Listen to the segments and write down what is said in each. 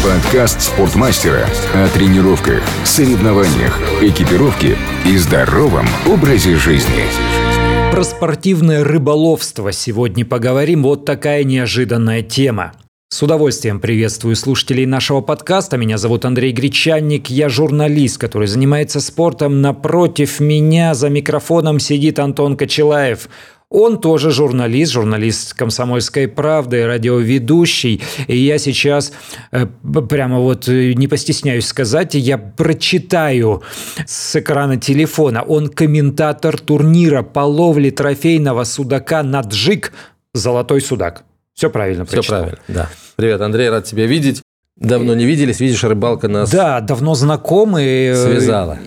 Подкаст спортмастера о тренировках, соревнованиях, экипировке и здоровом образе жизни. Про спортивное рыболовство сегодня поговорим. Вот такая неожиданная тема. С удовольствием приветствую слушателей нашего подкаста. Меня зовут Андрей Гречанник. Я журналист, который занимается спортом. Напротив меня за микрофоном сидит Антон Кочелаев. Он тоже журналист «Комсомольской правды», радиоведущий. И я сейчас прямо вот не постесняюсь сказать, я прочитаю с экрана телефона. Он комментатор турнира по ловле трофейного судака на джиг «Золотой судак». Все правильно прочитал. Все правильно, да. Привет, Андрей, рад тебя видеть. Давно не виделись, видишь, рыбалка нас... Да, давно знакомы. Связала.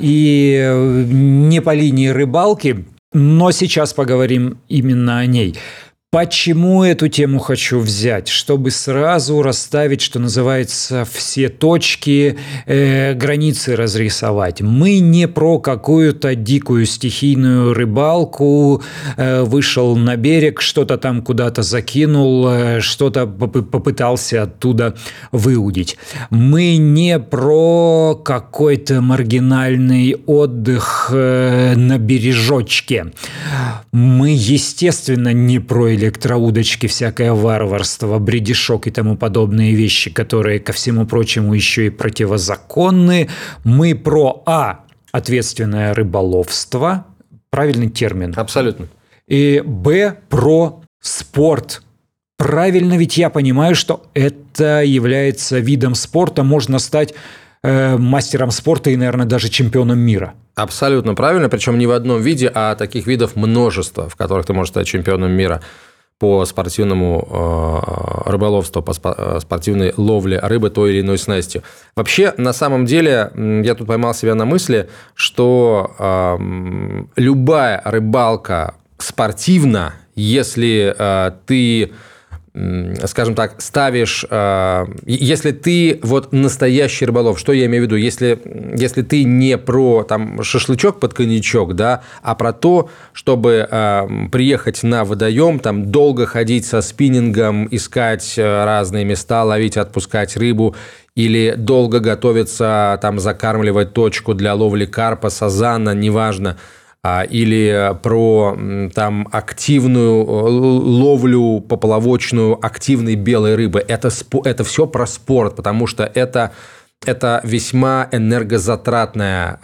И не по линии рыбалки, но сейчас поговорим именно о ней. Почему эту тему хочу взять? Чтобы сразу расставить, что называется, все точки, границы разрисовать. Мы не про какую-то дикую стихийную рыбалку, вышел на берег, что-то там куда-то закинул, что-то попытался оттуда выудить. Мы не про какой-то маргинальный отдых на бережочке. Мы, естественно, не про электроудочки, всякое варварство, бредишок и тому подобные вещи, которые, ко всему прочему, еще и противозаконны. Мы про ответственное рыболовство, правильный термин. Абсолютно. И про спорт. Правильно, ведь я понимаю, что это является видом спорта, можно стать мастером спорта и, наверное, даже чемпионом мира. Абсолютно правильно, причем не в одном виде, а таких видов множество, в которых ты можешь стать чемпионом мира по спортивному рыболовству, по спортивной ловле рыбы той или иной снастью. Вообще, на самом деле, я тут поймал себя на мысли, что любая рыбалка спортивна, если ты, скажем так, ставишь... Если ты вот настоящий рыболов, что я имею в виду? Если ты не про там, шашлычок под коньячок, да, а про то, чтобы приехать на водоем, там, долго ходить со спиннингом, искать разные места, ловить, отпускать рыбу, или долго готовиться, там, закармливать точку для ловли карпа, сазана, неважно, или про там, активную ловлю поплавочную активной белой рыбы. Это все про спорт, потому что это весьма энергозатратное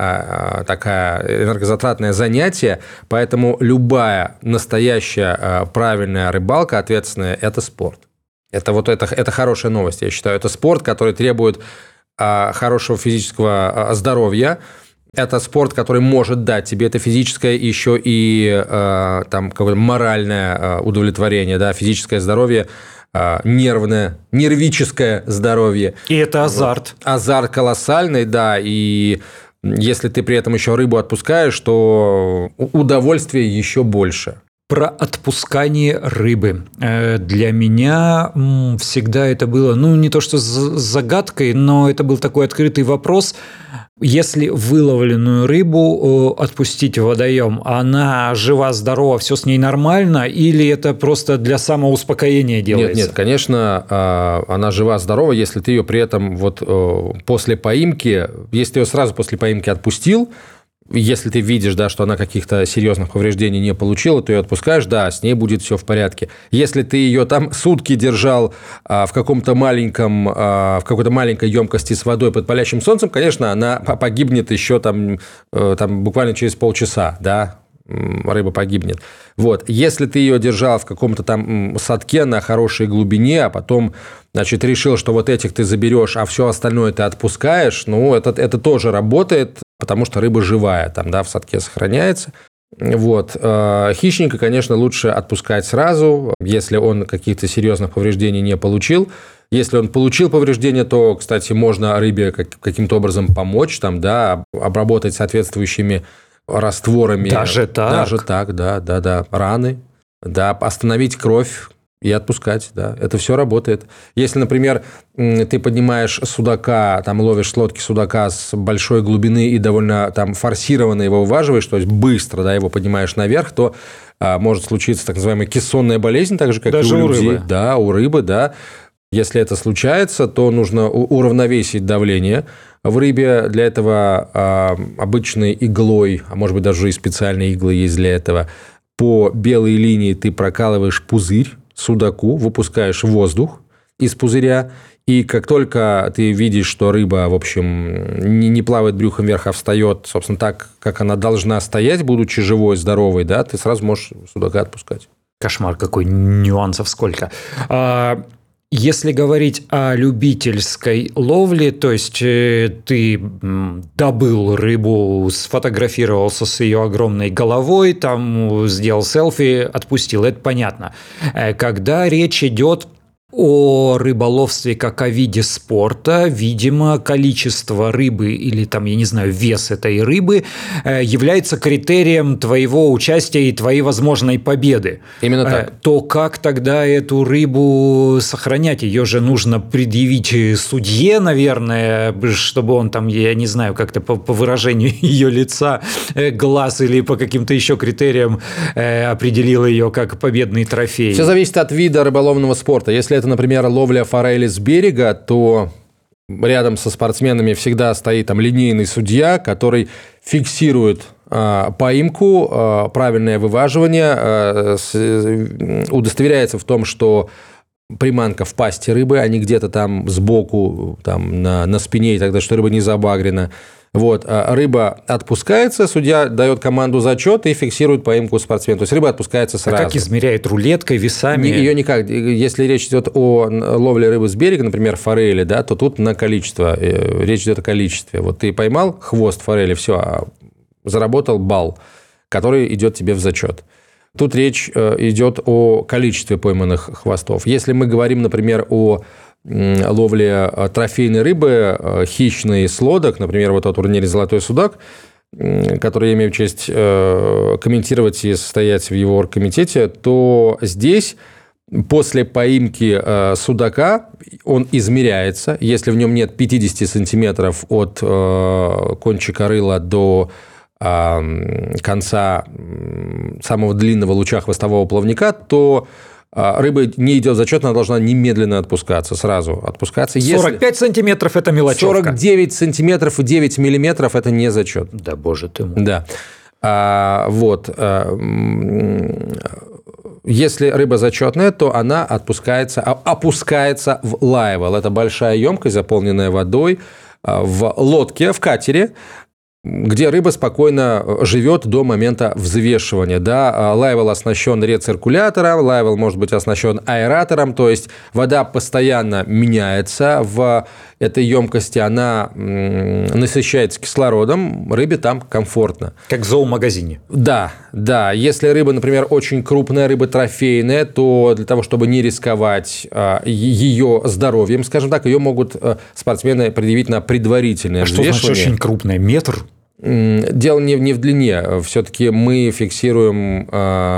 занятие, поэтому любая настоящая правильная рыбалка, ответственная, это спорт. Это хорошая новость, я считаю. Это спорт, который требует хорошего физического здоровья. Это спорт, который может дать тебе это физическое, еще и там, какое-то моральное удовлетворение, да, физическое здоровье, нервическое здоровье. И это азарт. Азарт колоссальный, да, и если ты при этом еще рыбу отпускаешь, то удовольствие еще больше. Про отпускание рыбы. Для меня всегда это было, не то что загадкой, но это был такой открытый вопрос. Если выловленную рыбу отпустить в водоем, она жива, здорова, все с ней нормально, или это просто для самоуспокоения делается? Нет, конечно, она жива, здорова, если ты ее при этом после поимки, если ты ее сразу после поимки отпустил, если ты видишь, да, что она каких-то серьезных повреждений не получила, ты ее отпускаешь, да, с ней будет все в порядке. Если ты ее там сутки держал в какой-то маленькой емкости с водой под палящим солнцем, конечно, она погибнет еще там буквально через полчаса, да, рыба погибнет. Если ты ее держал в каком-то там садке на хорошей глубине, а потом, решил, что этих ты заберешь, а все остальное ты отпускаешь, это тоже работает, потому что рыба живая, там, да, в садке сохраняется. Хищника, конечно, лучше отпускать сразу, если он каких-то серьезных повреждений не получил. Если он получил повреждения, то, кстати, можно рыбе каким-то образом помочь, там, да, обработать соответствующими растворами. Даже так? Даже так, да. Раны, да, остановить кровь и отпускать, да. Это все работает. Если, например, ты поднимаешь судака, там, ловишь с лодки судака с большой глубины и довольно там форсированно его вываживаешь, то есть быстро, да, его поднимаешь наверх, то может случиться так называемая кессонная болезнь, так же, как даже и у людей. Рыбы. Да, у рыбы, да. Если это случается, то нужно уравновесить давление в рыбе. Для этого обычной иглой, а может быть даже и специальные иглы есть для этого, по белой линии ты прокалываешь пузырь судаку, выпускаешь воздух из пузыря, и как только ты видишь, что рыба, в общем, не плавает брюхом вверх, а встает, собственно, так, как она должна стоять, будучи живой, здоровой, да, ты сразу можешь судака отпускать. Кошмар какой, нюансов сколько. Если говорить о любительской ловле, то есть ты добыл рыбу, сфотографировался с ее огромной головой, там сделал селфи, отпустил, это понятно. Когда речь идет о рыболовстве как о виде спорта, видимо, количество рыбы или там, я не знаю, вес этой рыбы является критерием твоего участия и твоей возможной победы. Именно так. То как тогда эту рыбу сохранять? Ее же нужно предъявить судье, наверное, чтобы он там, я не знаю, как-то по выражению ее лица, глаз или по каким-то еще критериям определил ее как победный трофей. Все зависит от вида рыболовного спорта. Если это, например, ловля форели с берега, то рядом со спортсменами всегда стоит там линейный судья, который фиксирует поимку, правильное вываживание, удостоверяется в том, что приманка в пасти рыбы, а не где-то там сбоку, там, на спине, и так далее, что рыба не забагрена. Вот, рыба отпускается, судья дает команду зачет и фиксирует поимку спортсмена. То есть рыба отпускается сразу. А как измеряет? Рулеткой, весами? Ее никак. Если речь идет о ловле рыбы с берега, например, форели, да, то тут на количество. Речь идет о количестве. Вот ты поймал хвост форели, все, заработал балл, который идет тебе в зачет. Тут речь идет о количестве пойманных хвостов. Если мы говорим, например, о ловле трофейной рыбы, хищной с лодок, например, вот о турнире «Золотой судак», который я имею честь комментировать и состоять в его оргкомитете, то здесь после поимки судака он измеряется. Если в нем нет 50 сантиметров от кончика рыла до конца самого длинного луча хвостового плавника, то рыба не идет в зачет, она должна немедленно отпускаться, сразу отпускаться. 45 сантиметров – это мелочевка. 49 сантиметров и 9 миллиметров – это не зачет. Да, боже ты мой. Да. Вот. Если рыба зачетная, то она опускается в лайвел. Это большая емкость, заполненная водой, в лодке, в катере, где рыба спокойно живет до момента взвешивания. Да, лайвел оснащен рециркулятором, лайвел может быть оснащен аэратором, то есть вода постоянно меняется в этой емкости, она насыщается кислородом, рыбе там комфортно. Как в зоомагазине. Да, да. Если рыба, например, очень крупная, рыба трофейная, то для того, чтобы не рисковать ее здоровьем, скажем так, ее могут спортсмены предъявить на предварительное взвешивание. Что значит очень крупная? Метр? Дело не в длине. Все-таки мы фиксируем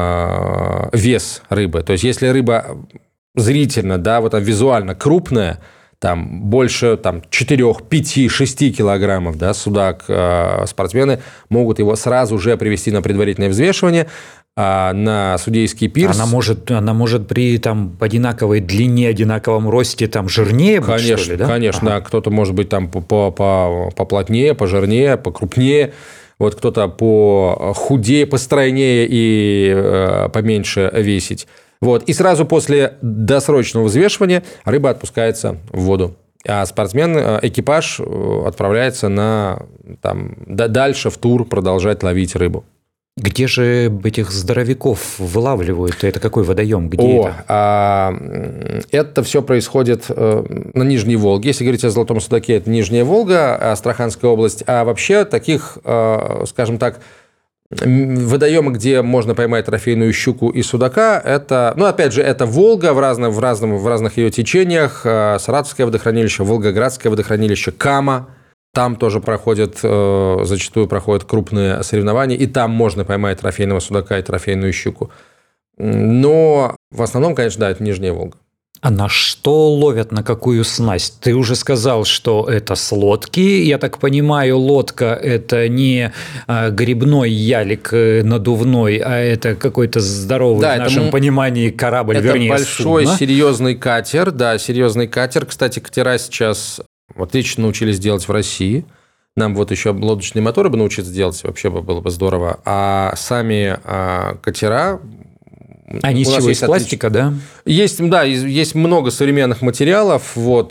вес рыбы. То есть, если рыба зрительно, да, вот визуально крупная, там больше 4, 5, 6 килограммов, да, судак, спортсмены могут его сразу же привести на предварительное взвешивание, на судейский пирс. Она может при одинаковой длине, одинаковом росте жирнее быть, конечно, что ли, да? Конечно, ага. Кто-то может быть поплотнее, пожирнее, покрупнее, вот кто-то похудее, постройнее и поменьше весить. Вот. И сразу после досрочного взвешивания рыба отпускается в воду. А экипаж отправляется дальше в тур продолжать ловить рыбу. Где же этих здоровяков вылавливают? Это какой водоем? Где это? Это все происходит на Нижней Волге. Если говорить о Золотом судаке, это Нижняя Волга, Астраханская область. А вообще таких, скажем так, водоемы, где можно поймать трофейную щуку и судака, это, опять же, это Волга в разных ее течениях, Саратовское водохранилище, Волгоградское водохранилище, Кама. Там тоже зачастую проходят крупные соревнования, и там можно поймать трофейного судака и трофейную щуку. Но в основном, конечно, да, это Нижняя Волга. А на что ловят, на какую снасть? Ты уже сказал, что это с лодки. Я так понимаю, лодка – это не грибной ялик надувной, а это какой-то здоровый, в нашем понимании, корабль, вернее, большой, судно. серьезный катер. Да, серьезный катер. Кстати, катера сейчас отлично научились делать в России. Нам вот еще лодочные моторы бы научиться делать, вообще было бы здорово. А сами катера... Они из чего? Из пластика, да? Есть много современных материалов. Вот,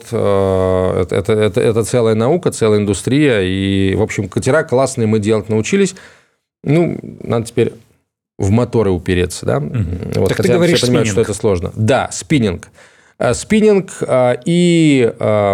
это целая наука, целая индустрия. И, в общем, катера классные мы делать научились. Ну, надо теперь в моторы упереться, да? Вот, так хотя ты говоришь, все понимают, что это сложно. Да, спиннинг. Спиннинг и,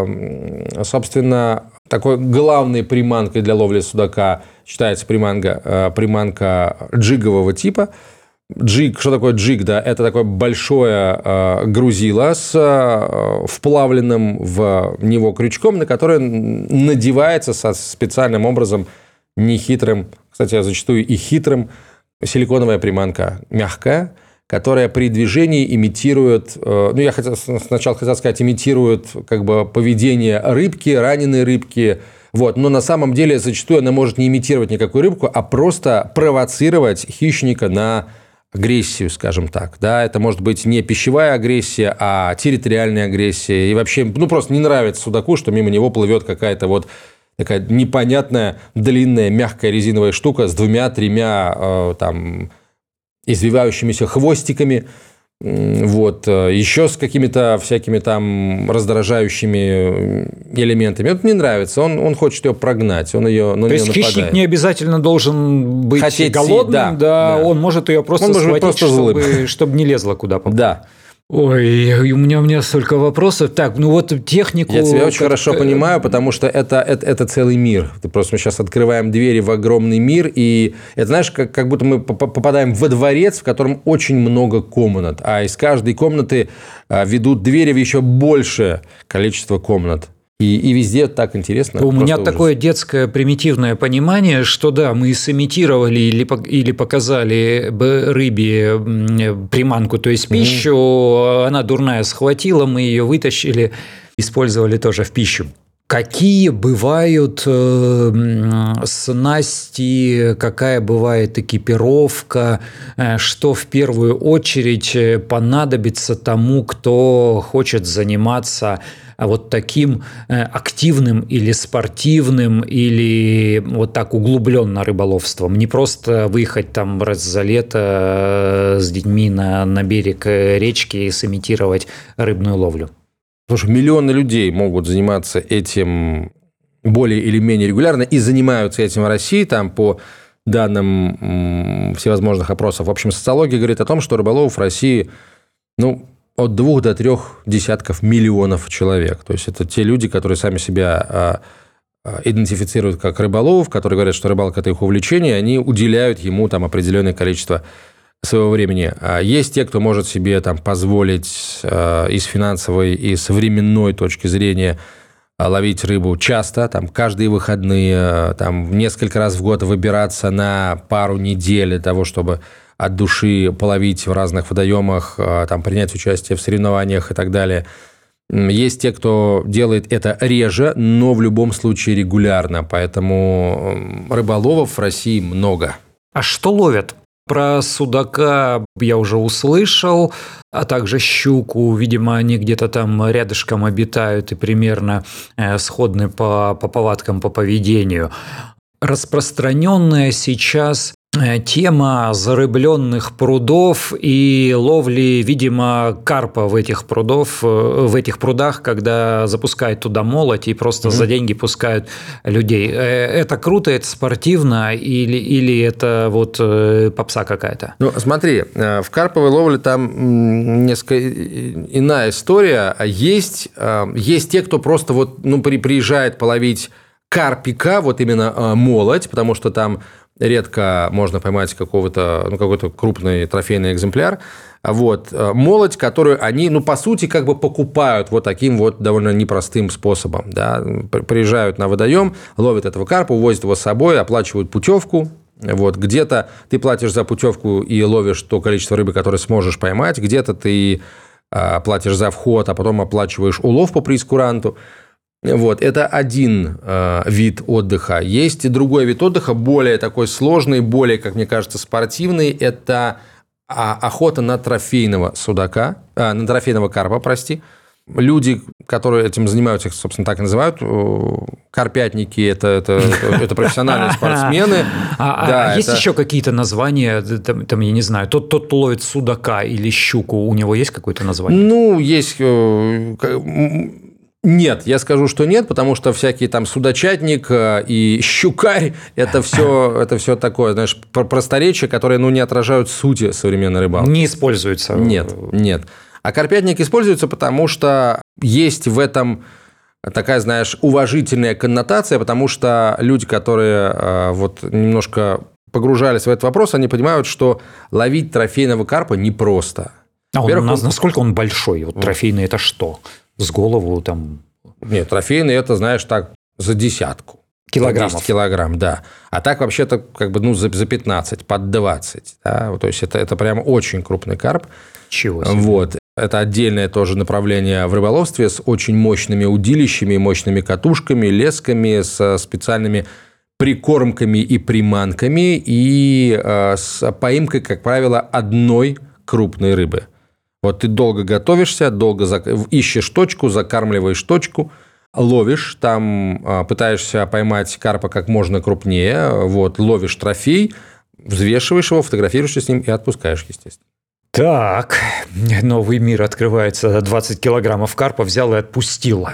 собственно, такой главной приманкой для ловли судака считается приманка джигового типа. Джиг, что такое джиг? Да, это такое большое грузило с вплавленным в него крючком, на которое надевается со специальным образом нехитрым, кстати, зачастую и хитрым, силиконовая приманка мягкая, которая при движении имитирует, сначала хотел сказать, имитирует как бы поведение рыбки, раненой рыбки. Вот. Но на самом деле зачастую она может не имитировать никакую рыбку, а просто провоцировать хищника на агрессию, скажем так. Да, это может быть не пищевая агрессия, а территориальная агрессия. И вообще, просто не нравится судаку, что мимо него плывет какая-то вот такая непонятная, длинная, мягкая резиновая штука с 2-3 извивающимися хвостиками. Вот, еще с какими-то всякими там раздражающими элементами. Вот не нравится, он хочет ее прогнать, он ее нападает. То есть хищник не обязательно должен быть голодным, да, он может ее просто схватить, чтобы не лезла куда попало. Да. Ой, у меня столько вопросов. Так, технику... Я тебя очень хорошо понимаю, потому что это целый мир. Мы сейчас открываем двери в огромный мир, и это, знаешь, как будто мы попадаем во дворец, в котором очень много комнат, а из каждой комнаты ведут двери в еще большее количество комнат. И везде так интересно. У меня такое детское примитивное понимание, что да, мы сымитировали или показали рыбе приманку, то есть пищу, она дурная схватила, мы ее вытащили, использовали тоже в пищу. Какие бывают снасти, какая бывает экипировка, что в первую очередь понадобится тому, кто хочет заниматься вот таким активным или спортивным, или вот так углубленно рыболовством. Не просто выехать там раз за лето с детьми на берег речки и сымитировать рыбную ловлю. Слушай, миллионы людей могут заниматься этим более или менее регулярно и занимаются этим в России, там по данным всевозможных опросов. В общем, социология говорит о том, что рыболовов в России, от 2 до 3 десятков миллионов человек. То есть, это те люди, которые сами себя идентифицируют как рыболовов, которые говорят, что рыбалка – это их увлечение, они уделяют ему там определенное количество своего времени. Есть те, кто может себе там позволить и с финансовой, и с временной точки зрения ловить рыбу часто, там, каждые выходные, там, несколько раз в год выбираться на пару недель для того, чтобы от души половить в разных водоемах, там, принять участие в соревнованиях и так далее. Есть те, кто делает это реже, но в любом случае регулярно. Поэтому рыболовов в России много. А что ловят? Про судака я уже услышал, а также щуку. Видимо, они где-то там рядышком обитают и примерно сходны по повадкам, по поведению. Распространенная сейчас тема зарыбленных прудов и ловли, видимо, карпа в этих прудах, когда запускают туда молоть и просто за деньги пускают людей. Это круто, это спортивно или это вот попса какая-то? Смотри, в карповой ловле там несколько иная история. Есть те, кто просто приезжает половить карпика, вот именно молоть, потому что там редко можно поймать какой-то крупный трофейный экземпляр. Вот. Молоть, которую они, по сути, как бы покупают вот таким вот довольно непростым способом. Да? Приезжают на водоем, ловят этого карпа, увозят его с собой, оплачивают путевку. Вот. Где-то ты платишь за путевку и ловишь то количество рыбы, которое сможешь поймать, где-то ты платишь за вход, а потом оплачиваешь улов по прейскуранту. Вот, это один вид отдыха. Есть и другой вид отдыха, более такой сложный, более, как мне кажется, спортивный. Это охота на трофейного судака, на трофейного карпа, прости. Люди, которые этим занимаются, их, собственно, так и называют, карпятники, это профессиональные спортсмены. Есть еще какие-то названия, там, я не знаю, тот, кто ловит судака или щуку, у него есть какое-то название? Ну, есть... Нет, я скажу, что нет, потому что всякие там судачатник и щукарь – это все такое, знаешь, просторечие, которые не отражают сути современной рыбалки. Не используются? Нет. А карпятник используется, потому что есть в этом такая, знаешь, уважительная коннотация, потому что люди, которые вот немножко погружались в этот вопрос, они понимают, что ловить трофейного карпа непросто. Насколько он большой? Вот трофейный – это что? С голову там... Нет, трофейный – это, знаешь, так, за 10 килограммов. 10 килограмм, да. А так вообще-то как бы за 15, под 20. Да? То есть это прямо очень крупный карп. Чего себе. Вот. Это отдельное тоже направление в рыболовстве с очень мощными удилищами, мощными катушками, лесками, со специальными прикормками и приманками и с поимкой, как правило, одной крупной рыбы. Вот ты долго готовишься, долго ищешь точку, закармливаешь точку, ловишь, там пытаешься поймать карпа как можно крупнее, вот, ловишь трофей, взвешиваешь его, фотографируешься с ним и отпускаешь, естественно. Так, новый мир открывается. 20 килограммов карпа взял и отпустил.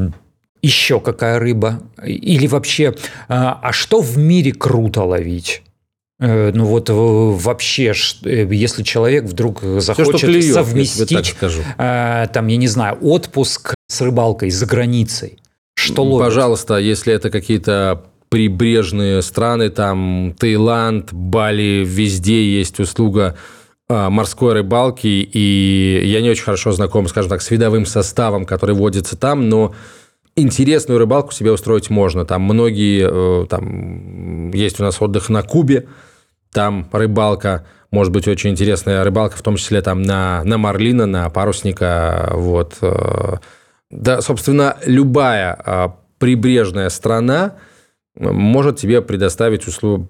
Еще какая рыба? Или вообще, а что в мире круто ловить? Ну вот вообще, если человек вдруг захочет все, клюет, совместить, там, я не знаю, отпуск с рыбалкой за границей, что ловит? Пожалуйста, если это какие-то прибрежные страны, там Таиланд, Бали, везде есть услуга морской рыбалки, и я не очень хорошо знаком, скажем так, с видовым составом, который водится там, но интересную рыбалку себе устроить можно. Там многие, там есть у нас отдых на Кубе, там рыбалка, может быть, очень интересная рыбалка, в том числе там на марлина, на парусника. Вот. Да, собственно, любая прибрежная страна может тебе предоставить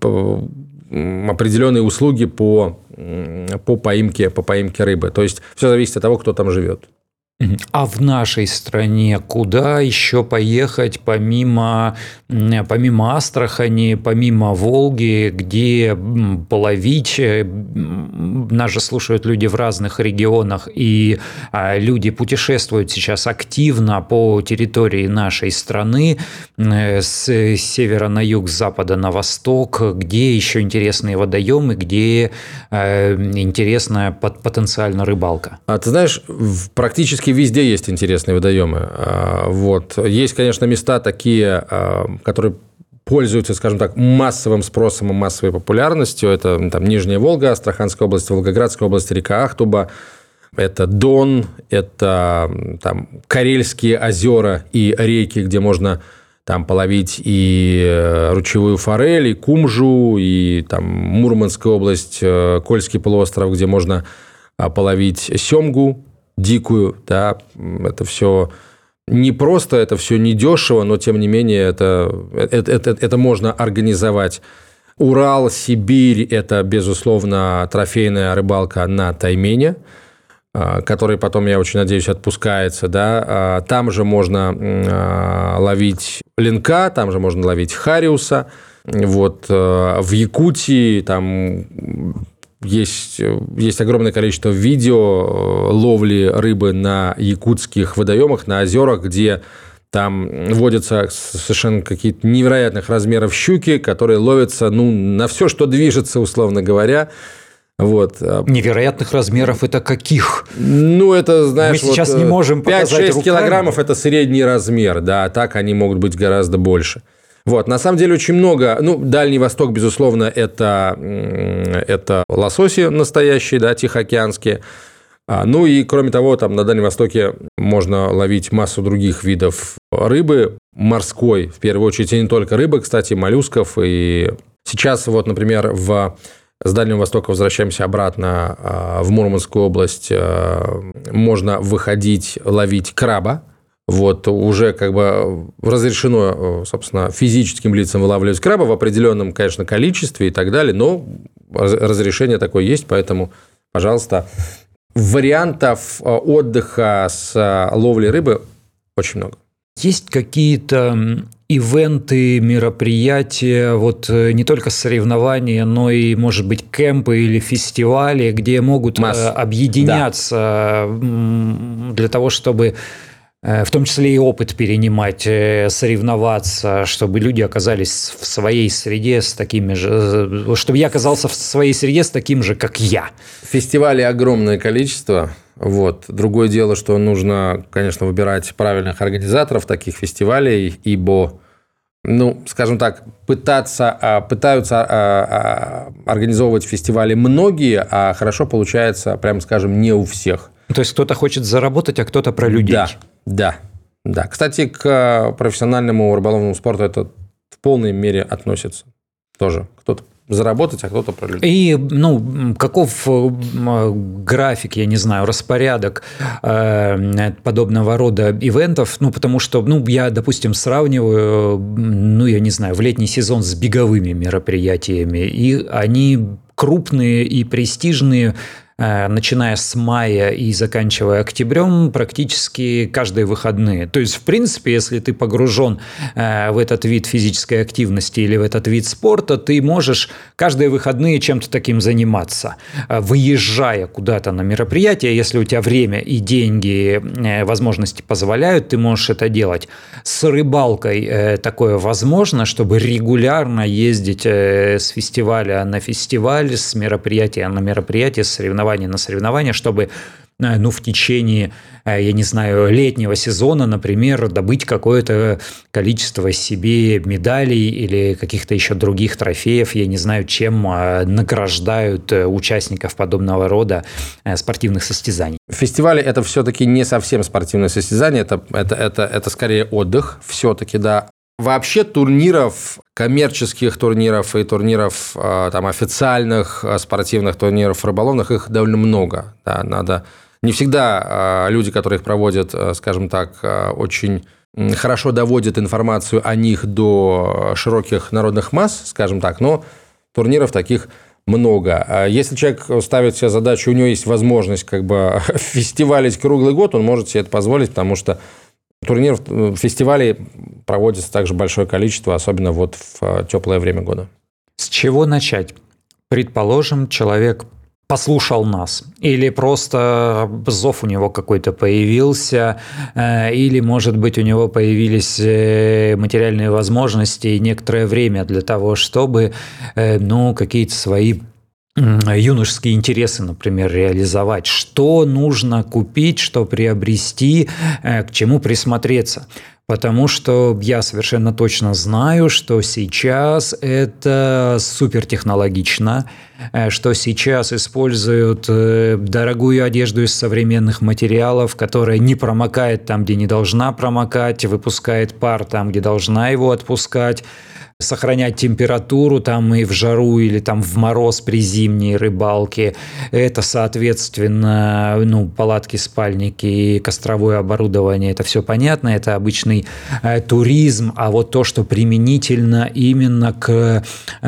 определенные услуги по поимке рыбы. То есть все зависит от того, кто там живет. А в нашей стране куда еще поехать помимо Астрахани, помимо Волги, где половить? Нас же слушают люди в разных регионах, и люди путешествуют сейчас активно по территории нашей страны с севера на юг, с запада на восток. Где еще интересные водоемы, где интересная потенциально рыбалка? Ты знаешь, практически везде есть интересные водоемы. Вот. Есть, конечно, места такие, которые пользуются, скажем так, массовым спросом и массовой популярностью. Это там Нижняя Волга, Астраханская область, Волгоградская область, река Ахтуба. Это Дон, это там Карельские озера и реки, где можно там половить и ручевую форель, и кумжу, и там Мурманская область, Кольский полуостров, где можно половить семгу дикую, да, это все непросто, это все недешево, но тем не менее это можно организовать. Урал, Сибирь – это, безусловно, трофейная рыбалка на таймене, который потом, я очень надеюсь, отпускается, да. Там же можно ловить ленка, там же можно ловить хариуса. Вот в Якутии там есть огромное количество видео ловли рыбы на якутских водоемах, на озерах, где там водятся совершенно какие-то невероятных размеров щуки, которые ловятся на все, что движется, условно говоря. Вот. Невероятных размеров это каких? Это, знаешь, мы сейчас не можем показать 5-6 килограммов – это средний размер, да, а так они могут быть гораздо больше. Вот, на самом деле очень много, Дальний Восток, безусловно, это лососи настоящие, да, тихоокеанские. И, кроме того, там на Дальнем Востоке можно ловить массу других видов рыбы, морской, в первую очередь, и не только рыбы, кстати, моллюсков. И сейчас, вот, например, в С Дальнего Востока возвращаемся обратно в Мурманскую область. Можно выходить ловить краба. Вот уже как бы разрешено, собственно, физическим лицам вылавливать краба в определенном, конечно, количестве и так далее, но разрешение такое есть, поэтому, пожалуйста, вариантов отдыха с ловлей рыбы очень много. Есть какие-то ивенты, мероприятия, вот не только соревнования, но и, может быть, кемпы или фестивали, где могут объединяться для того, чтобы в том числе и опыт перенимать, соревноваться, чтобы люди оказались в своей среде с такими же, чтобы я оказался в своей среде с таким же, как я. Фестивалей огромное количество. Вот. Другое дело, что нужно, конечно, выбирать правильных организаторов таких фестивалей, ибо, скажем так, пытаются организовывать фестивали многие, а хорошо получается, прямо скажем, не у всех. То есть кто-то хочет заработать, а кто-то про людей. Да. Кстати, к профессиональному рыболовному спорту это в полной мере относится тоже. Кто-то заработать, а кто-то про людей. И, каков график, я не знаю, распорядок подобного рода ивентов? Потому что, я, допустим, сравниваю, я не знаю, в летний сезон с беговыми мероприятиями, и они крупные и престижные, начиная с мая и заканчивая октябрем, практически каждые выходные. То есть, в принципе, если ты погружен в этот вид физической активности или в этот вид спорта, ты можешь каждые выходные чем-то таким заниматься. Выезжая куда-то на мероприятие, если у тебя время и деньги, возможности позволяют, ты можешь это делать. С рыбалкой такое возможно, чтобы регулярно ездить с фестиваля на фестиваль, с мероприятия на мероприятие, с соревнований на соревнования, чтобы в течение, я не знаю, летнего сезона, например, добыть какое-то количество себе медалей или каких-то еще других трофеев, я не знаю, чем награждают участников подобного рода спортивных состязаний. Фестивали – это все-таки не совсем спортивное состязание, это скорее отдых, все-таки, да. Вообще турниров, коммерческих турниров и турниров официальных спортивных турниров рыболовных, их довольно много. Да, надо... Не всегда люди, которые их проводят, скажем так, очень хорошо доводят информацию о них до широких народных масс, скажем так, но турниров таких много. Если человек ставит себе задачу, у него есть возможность фестивалить круглый год, он может себе это позволить, потому что турниров, фестивалей проводится также большое количество, особенно в теплое время года. С чего начать? Предположим, человек послушал нас, или просто зов у него какой-то появился, или, может быть, у него появились материальные возможности и некоторое время для того, чтобы какие-то свои юношеские интересы, например, реализовать. Что нужно купить, что приобрести, к чему присмотреться. Потому что я совершенно точно знаю, что сейчас это супертехнологично, что сейчас используют дорогую одежду из современных материалов, которая не промокает там, где не должна промокать, выпускает пар там, где должна его отпускать, сохранять температуру там и в жару или там в мороз при зимней рыбалке. Это, соответственно, палатки, спальники и костровое оборудование. Это все понятно, это обычный туризм. А вот то, что применительно именно к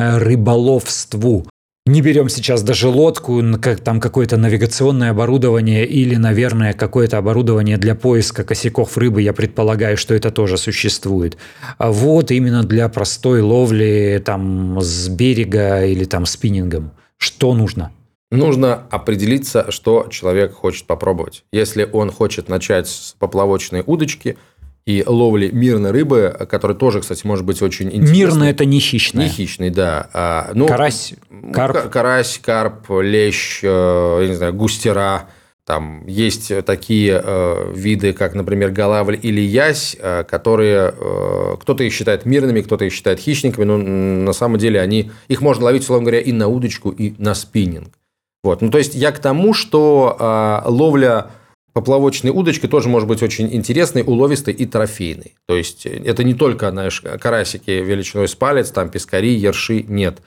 рыболовству. Не берем сейчас даже лодку, там какое-то навигационное оборудование или, наверное, какое-то оборудование для поиска косяков рыбы. Я предполагаю, что это тоже существует. А вот именно для простой ловли там с берега или там спиннингом. Что нужно? Нужно определиться, что человек хочет попробовать. Если он хочет начать с поплавочной удочки и ловли мирной рыбы, которая тоже, кстати, может быть очень интересной. Мирная – это не хищная. Не хищный, да. Карась, карп. Карась, карп, лещ, я не знаю, густера. Там есть такие виды, как, например, голавль или ясь, которые кто-то их считает мирными, кто-то их считает хищниками, но на самом деле их можно ловить, условно говоря, и на удочку, и на спиннинг. Вот. То есть я к тому, что ловля поплавочной удочкой тоже может быть очень интересной, уловистой и трофейной. То есть это не только, карасики величиной с палец, там пескари, ерши, нет.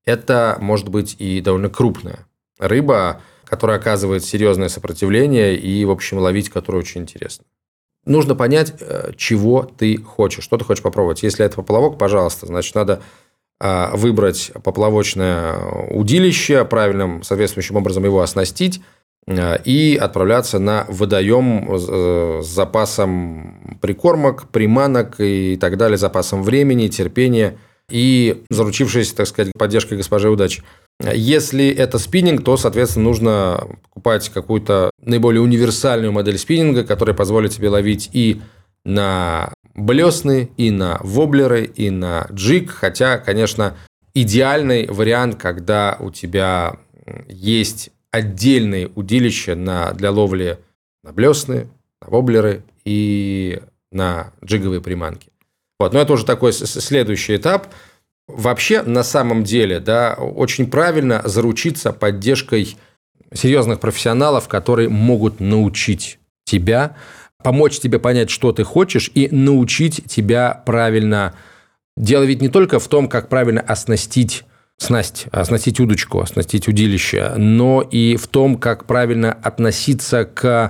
это может быть и довольно крупная рыба, которая оказывает серьезное сопротивление и, в общем, ловить которую очень интересно. Нужно понять, чего ты хочешь, что ты хочешь попробовать. Если это поплавок, пожалуйста, значит, надо выбрать поплавочное удилище, правильным, соответствующим образом его оснастить и отправляться на водоем с запасом прикормок, приманок и так далее, запасом времени, терпения и заручившись, так сказать, поддержкой госпожи удачи. Если это спиннинг, то, соответственно, нужно покупать какую-то наиболее универсальную модель спиннинга, которая позволит тебе ловить и на блесны, и на воблеры, и на джиг. Хотя, конечно, идеальный вариант, когда у тебя есть отдельные удилища для ловли на блесны, на воблеры и на джиговые приманки. Вот. Но это уже такой следующий этап. Вообще, на самом деле, да, очень правильно заручиться поддержкой серьезных профессионалов, которые могут научить тебя, помочь тебе понять, что ты хочешь, и научить тебя правильно. Дело ведь не только в том, как правильно оснастить снасть, оснастить удочку, оснастить удилище, но и в том, как правильно относиться к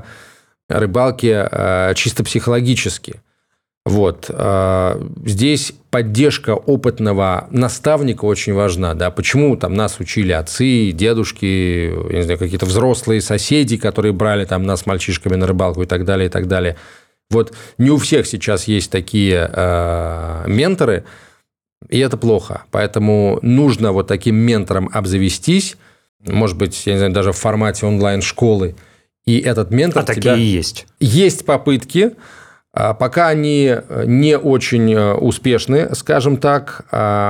рыбалке чисто психологически. Вот. Здесь поддержка опытного наставника очень важна. Да? Почему там нас учили отцы, дедушки, я не знаю, какие-то взрослые соседи, которые брали там нас мальчишками на рыбалку и так далее, и так далее. Вот не у всех сейчас есть такие менторы, и это плохо. Поэтому нужно вот таким ментором обзавестись, может быть, я не знаю, даже в формате онлайн-школы. И этот ментор такие есть. Есть попытки. Пока они не очень успешны, скажем так,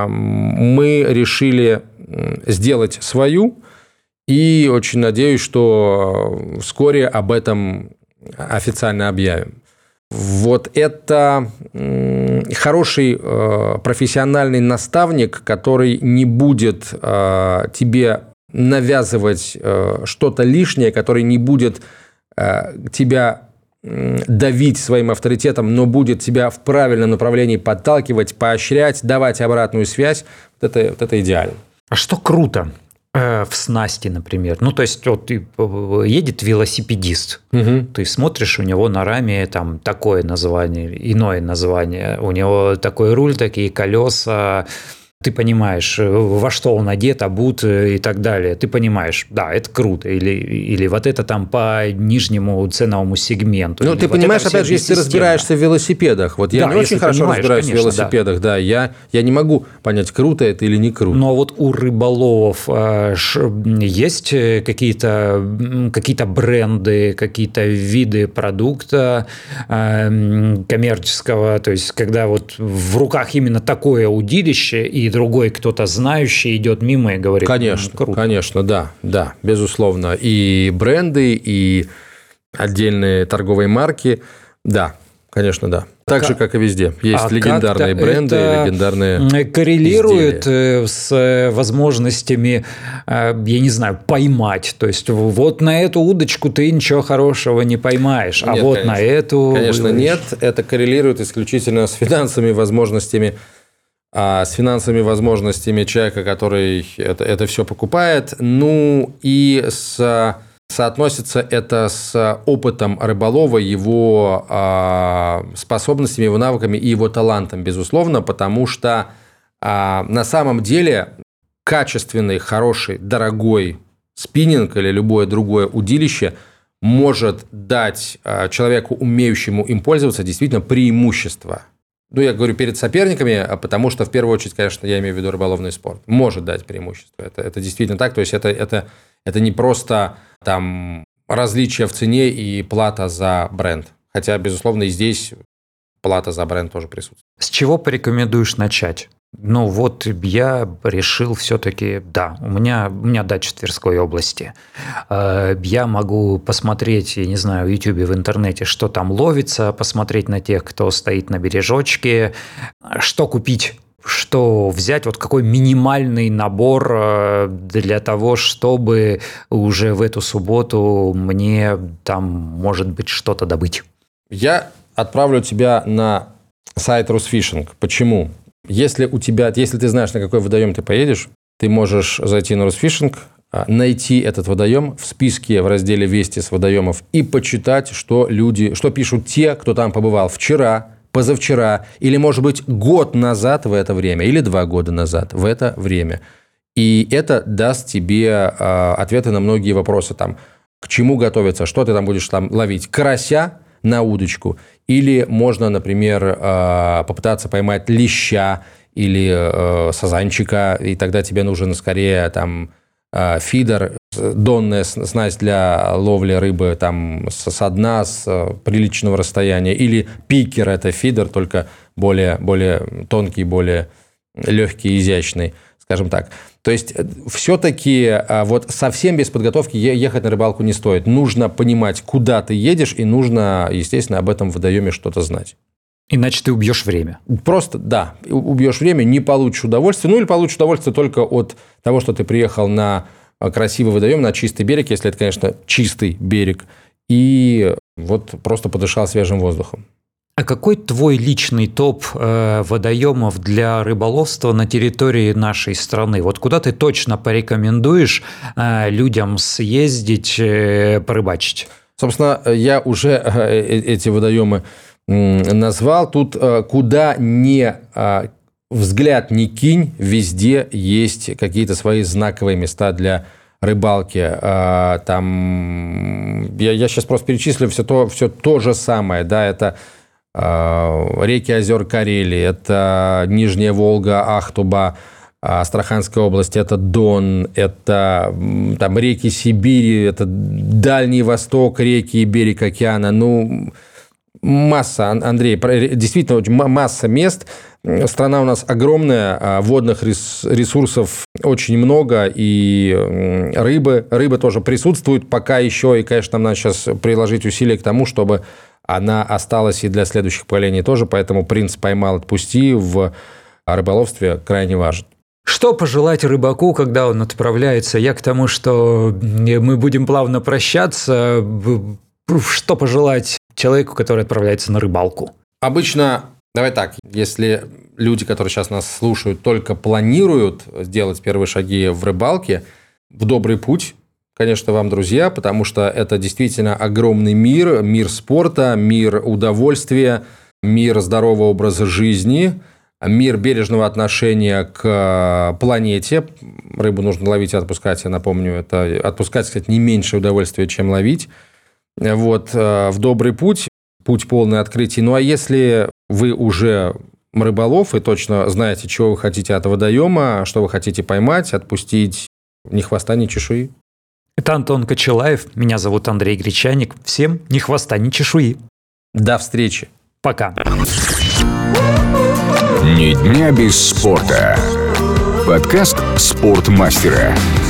мы решили сделать свою, и очень надеюсь, что вскоре об этом официально объявим. Вот это хороший профессиональный наставник, который не будет тебе навязывать что-то лишнее, который не будет тебя давить своим авторитетом, но будет тебя в правильном направлении подталкивать, поощрять, давать обратную связь. Вот это идеально. А что круто в снасти, например? Ну, то есть, вот едет велосипедист, ты смотришь, у него на раме там такое название, иное название, у него такой руль, такие колеса. Ты понимаешь, во что он одет, обут и так далее. Ты понимаешь, да, это круто. Или вот это там по нижнему ценовому сегменту. Ну, ты вот понимаешь, опять же, если ты разбираешься в велосипедах. Вот я не очень хорошо разбираюсь, конечно, в велосипедах. Да. Я не могу понять, круто это или не круто. Но вот у рыболовов есть какие-то бренды, какие-то виды продукта коммерческого. То есть, когда вот в руках именно такое удилище, и другой кто-то знающий идет мимо и говорит, конечно, круто. Конечно, да, безусловно. И бренды, и отдельные торговые марки, да, конечно, да. Так же, как и везде. Есть легендарные бренды, легендарные коррелирует изделия. с возможностями, я не знаю, поймать. То есть, вот на эту удочку ты ничего хорошего не поймаешь, Нет, вот конечно. на эту... Конечно, нет. Это коррелирует исключительно с финансовыми возможностями человека, который это все покупает. Ну, и соотносится это с опытом рыболова, его способностями, его навыками и его талантом, безусловно, потому что на самом деле качественный, хороший, дорогой спиннинг или любое другое удилище может дать человеку, умеющему им пользоваться, действительно преимущество. Ну, я говорю перед соперниками, потому что, в первую очередь, конечно, я имею в виду рыболовный спорт. Может дать преимущество. Это действительно так. То есть, это не просто там различие в цене и плата за бренд. Хотя, безусловно, и здесь плата за бренд тоже присутствует. С чего порекомендуешь начать? Ну, вот я решил все-таки, да, у меня дача в Тверской области. Я могу посмотреть, я не знаю, в YouTube, в интернете, что там ловится, посмотреть на тех, кто стоит на бережочке, что купить, что взять, вот какой минимальный набор для того, чтобы уже в эту субботу мне там, может быть, что-то добыть. Я отправлю тебя на сайт Rusfishing. Почему? Если ты знаешь, на какой водоем ты поедешь, ты можешь зайти на Русфишинг, найти этот водоем в списке в разделе «Вести с водоемов» и почитать, что пишут те, кто там побывал вчера, позавчера, или, может быть, год назад в это время, или 2 года назад в это время. И это даст тебе ответы на многие вопросы. Там, к чему готовиться, что ты там будешь там ловить? Карася на удочку? Или можно, например, попытаться поймать леща или сазанчика, и тогда тебе нужен скорее там фидер, донная снасть для ловли рыбы там со дна, с приличного расстояния, или пикер – это фидер, только более тонкий, более легкий, изящный, скажем так. То есть все-таки вот совсем без подготовки ехать на рыбалку не стоит. Нужно понимать, куда ты едешь, и нужно, естественно, об этом водоеме что-то знать. Иначе ты убьешь время. Просто, да, убьешь время, не получишь удовольствие. Ну, или получишь удовольствие только от того, что ты приехал на красивый водоем, на чистый берег, если это, конечно, чистый берег, и вот просто подышал свежим воздухом. А какой твой личный топ водоемов для рыболовства на территории нашей страны? Вот куда ты точно порекомендуешь людям съездить, порыбачить? Собственно, я уже эти водоемы назвал. Тут куда ни взгляд не кинь, везде есть какие-то свои знаковые места для рыбалки. Там я сейчас просто перечислю все то же самое. Да, это реки озер Карелии, это Нижняя Волга, Ахтуба, Астраханская область, это Дон, это там реки Сибири, это Дальний Восток, реки и берег океана. Ну, масса, Андрей, действительно масса мест. Страна у нас огромная, водных ресурсов очень много, и рыбы тоже присутствуют пока еще, и, конечно, нам надо сейчас приложить усилия к тому, чтобы она осталась и для следующих поколений тоже, поэтому принцип «поймал, отпусти» в рыболовстве крайне важен. Что пожелать рыбаку, когда он отправляется? Я к тому, что мы будем плавно прощаться. Что пожелать человеку, который отправляется на рыбалку? Обычно, давай так, если люди, которые сейчас нас слушают, только планируют сделать первые шаги в рыбалке, в добрый путь, конечно, вам, друзья, потому что это действительно огромный мир спорта, мир удовольствия, мир здорового образа жизни, мир бережного отношения к планете. Рыбу нужно ловить и отпускать, я напомню, это отпускать, кстати, не меньше удовольствия, чем ловить. Вот, в добрый путь полный открытий. Ну, а если вы уже рыболов и точно знаете, чего вы хотите от водоема, что вы хотите поймать, отпустить, ни хвоста, ни чешуи. Это Антон Кочелаев, меня зовут Андрей Гречаник. Всем ни хвоста, ни чешуи. До встречи. Пока. Ни дня без спорта. Подкаст «Спортмастера».